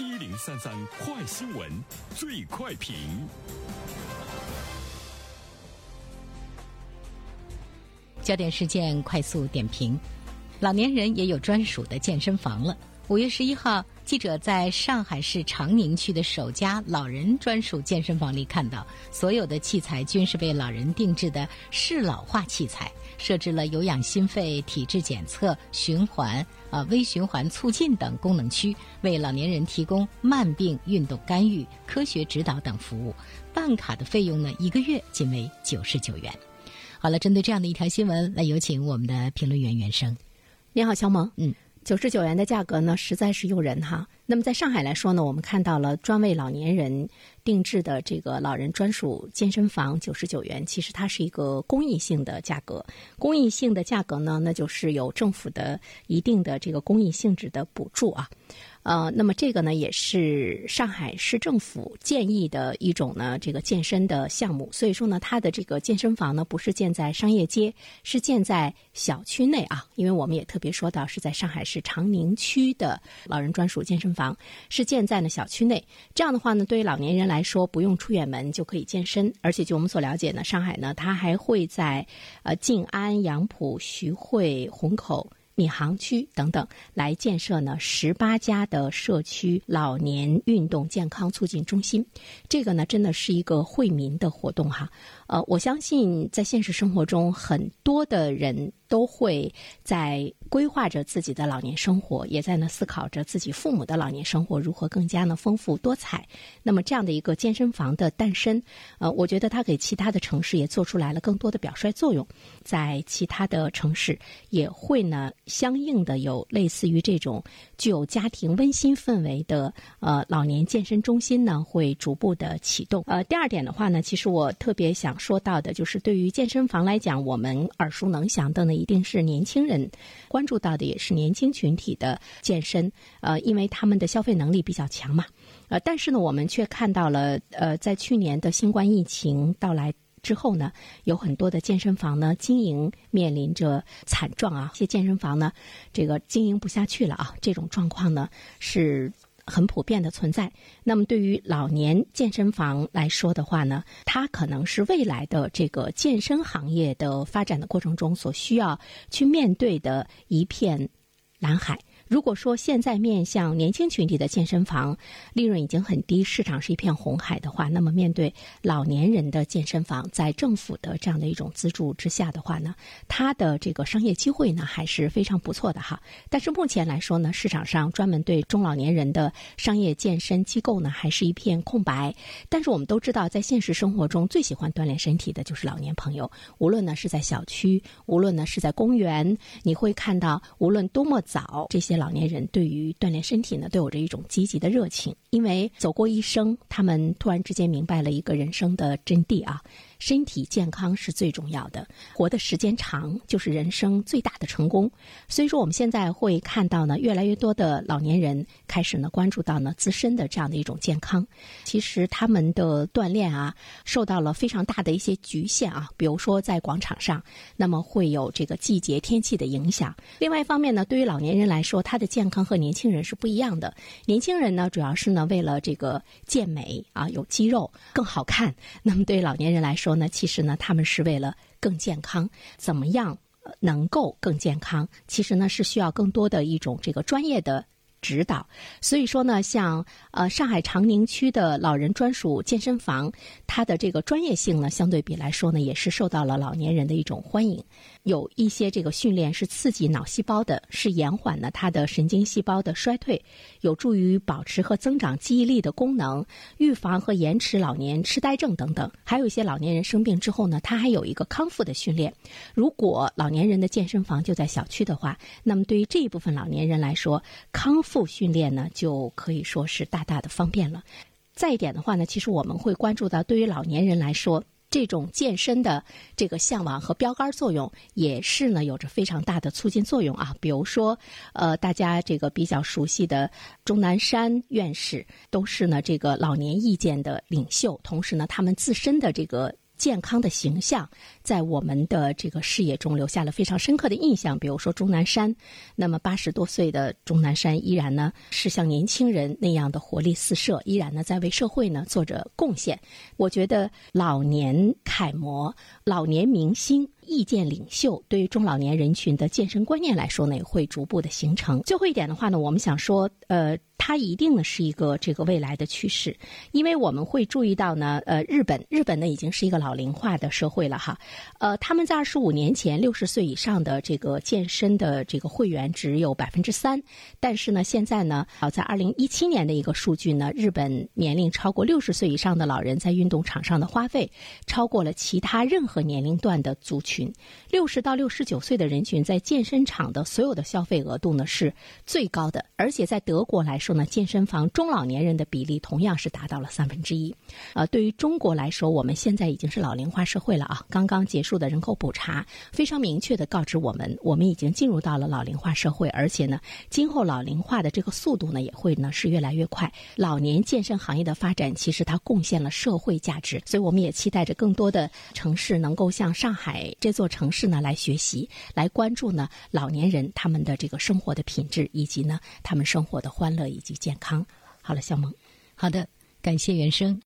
1033快新闻最快评。 焦点事件快速点评：老年人也有专属的健身房了。5月11号，记者在上海市长宁区的首家老人专属健身房里看到，所有的器材均是为老人定制的适老化器材，设置了有氧心肺、体质检测、循环、微循环促进等功能区，为老年人提供慢病运动干预、科学指导等服务。办卡的费用呢，1个月仅为99元。好了，针对这样的一条新闻，来有请我们的评论员袁生。 你好，小萌。99元的价格呢，实在是诱人哈。那么在上海来说呢，我们看到了专为老年人定制的这个老人专属健身房99元，其实它是一个公益性的价格。公益性的价格呢，那就是有政府的一定的这个公益性质的补助啊。那么这个呢，也是上海市政府建议的一种呢这个健身的项目。所以说呢，它的这个健身房呢，不是建在商业街，是建在小区内啊。因为我们也特别说到是在上海市长宁区的老人专属健身房，是建在呢小区内。这样的话呢，对于老年人来说，不用出远门就可以健身。而且就我们所了解呢，上海呢，它还会在静安、杨浦、徐汇、虹口、闵行区等等来建设呢18家的社区老年运动健康促进中心。这个呢真的是一个惠民的活动哈。我相信在现实生活中，很多的人都会在规划着自己的老年生活，也在呢思考着自己父母的老年生活如何更加呢丰富多彩。那么这样的一个健身房的诞生，我觉得它给其他的城市也做出来了更多的表率作用。在其他的城市也会呢相应的有类似于这种具有家庭温馨氛围的老年健身中心呢会逐步的启动。第二点的话呢，其实我特别想说到的就是对于健身房来讲，我们耳熟能详的呢一定是年轻人关注到的，也是年轻群体的健身，因为他们的消费能力比较强嘛。但是呢，我们却看到了在去年的新冠疫情到来之后呢，有很多的健身房呢经营面临着惨状啊，一些健身房呢这个经营不下去了啊，这种状况呢是很普遍的存在。那么对于老年健身房来说的话呢，它可能是未来的这个健身行业的发展的过程中所需要去面对的一片蓝海。如果说现在面向年轻群体的健身房利润已经很低，市场是一片红海的话，那么面对老年人的健身房，在政府的这样的一种资助之下的话呢，它的这个商业机会呢还是非常不错的哈。但是目前来说呢，市场上专门对中老年人的商业健身机构呢还是一片空白。但是我们都知道，在现实生活中最喜欢锻炼身体的就是老年朋友，无论呢是在小区，无论呢是在公园，你会看到无论多么早，这些老年人对于锻炼身体呢都有着一种积极的热情。因为走过一生，他们突然之间明白了一个人生的真谛啊，身体健康是最重要的，活的时间长就是人生最大的成功。所以说我们现在会看到呢，越来越多的老年人开始呢关注到呢自身的这样的一种健康。其实他们的锻炼啊受到了非常大的一些局限啊，比如说在广场上，那么会有这个季节天气的影响。另外一方面呢，对于老年人来说，他的健康和年轻人是不一样的。年轻人呢主要是呢为了这个健美啊，有肌肉更好看。那么对于老年人来说呢，其实呢他们是为了更健康。怎么样能够更健康，其实呢是需要更多的一种这个专业的指导。所以说呢，像上海长宁区的老人专属健身房，它的这个专业性呢相对比来说呢也是受到了老年人的一种欢迎。有一些这个训练是刺激脑细胞的，是延缓呢它的神经细胞的衰退，有助于保持和增长记忆力的功能，预防和延迟老年痴呆症等等。还有一些老年人生病之后呢，它还有一个康复的训练。如果老年人的健身房就在小区的话，那么对于这一部分老年人来说，康复训练呢就可以说是大大的方便了。再一点的话呢，其实我们会关注到，对于老年人来说，这种健身的这个向往和标杆作用也是呢有着非常大的促进作用啊。比如说大家这个比较熟悉的钟南山院士，都是呢这个老年意见的领袖，同时呢他们自身的这个健康的形象在我们的这个视野中留下了非常深刻的印象。比如说钟南山，那么80多岁的钟南山依然呢是像年轻人那样的活力四射，依然呢在为社会呢做着贡献。我觉得老年楷模、老年明星、意见领袖对于中老年人群的健身观念来说呢，也会逐步的形成。最后一点的话呢，我们想说它一定呢是一个这个未来的趋势，因为我们会注意到呢，日本呢已经是一个老龄化的社会了哈，他们在25年前60岁以上的这个健身的这个会员只有3%，但是呢现在呢，在2017年的一个数据呢，日本年龄超过60岁以上的老人在运动场上的花费超过了其他任何年龄段的族群。60到69岁的人群在健身场的所有的消费额度呢是最高的，而且在德国来说呢，健身房中老年人的比例同样是达到了1/3。对于中国来说，我们现在已经是老龄化社会了啊！刚刚结束的人口普查非常明确地告知我们，我们已经进入到了老龄化社会，而且呢，今后老龄化的这个速度呢，也会呢是越来越快。老年健身行业的发展，其实它贡献了社会价值，所以我们也期待着更多的城市能够向上海这座城市呢来学习，来关注呢老年人他们的这个生活的品质，以及呢他们生活的欢乐以及健康。好了，小萌。 好的，感谢原生。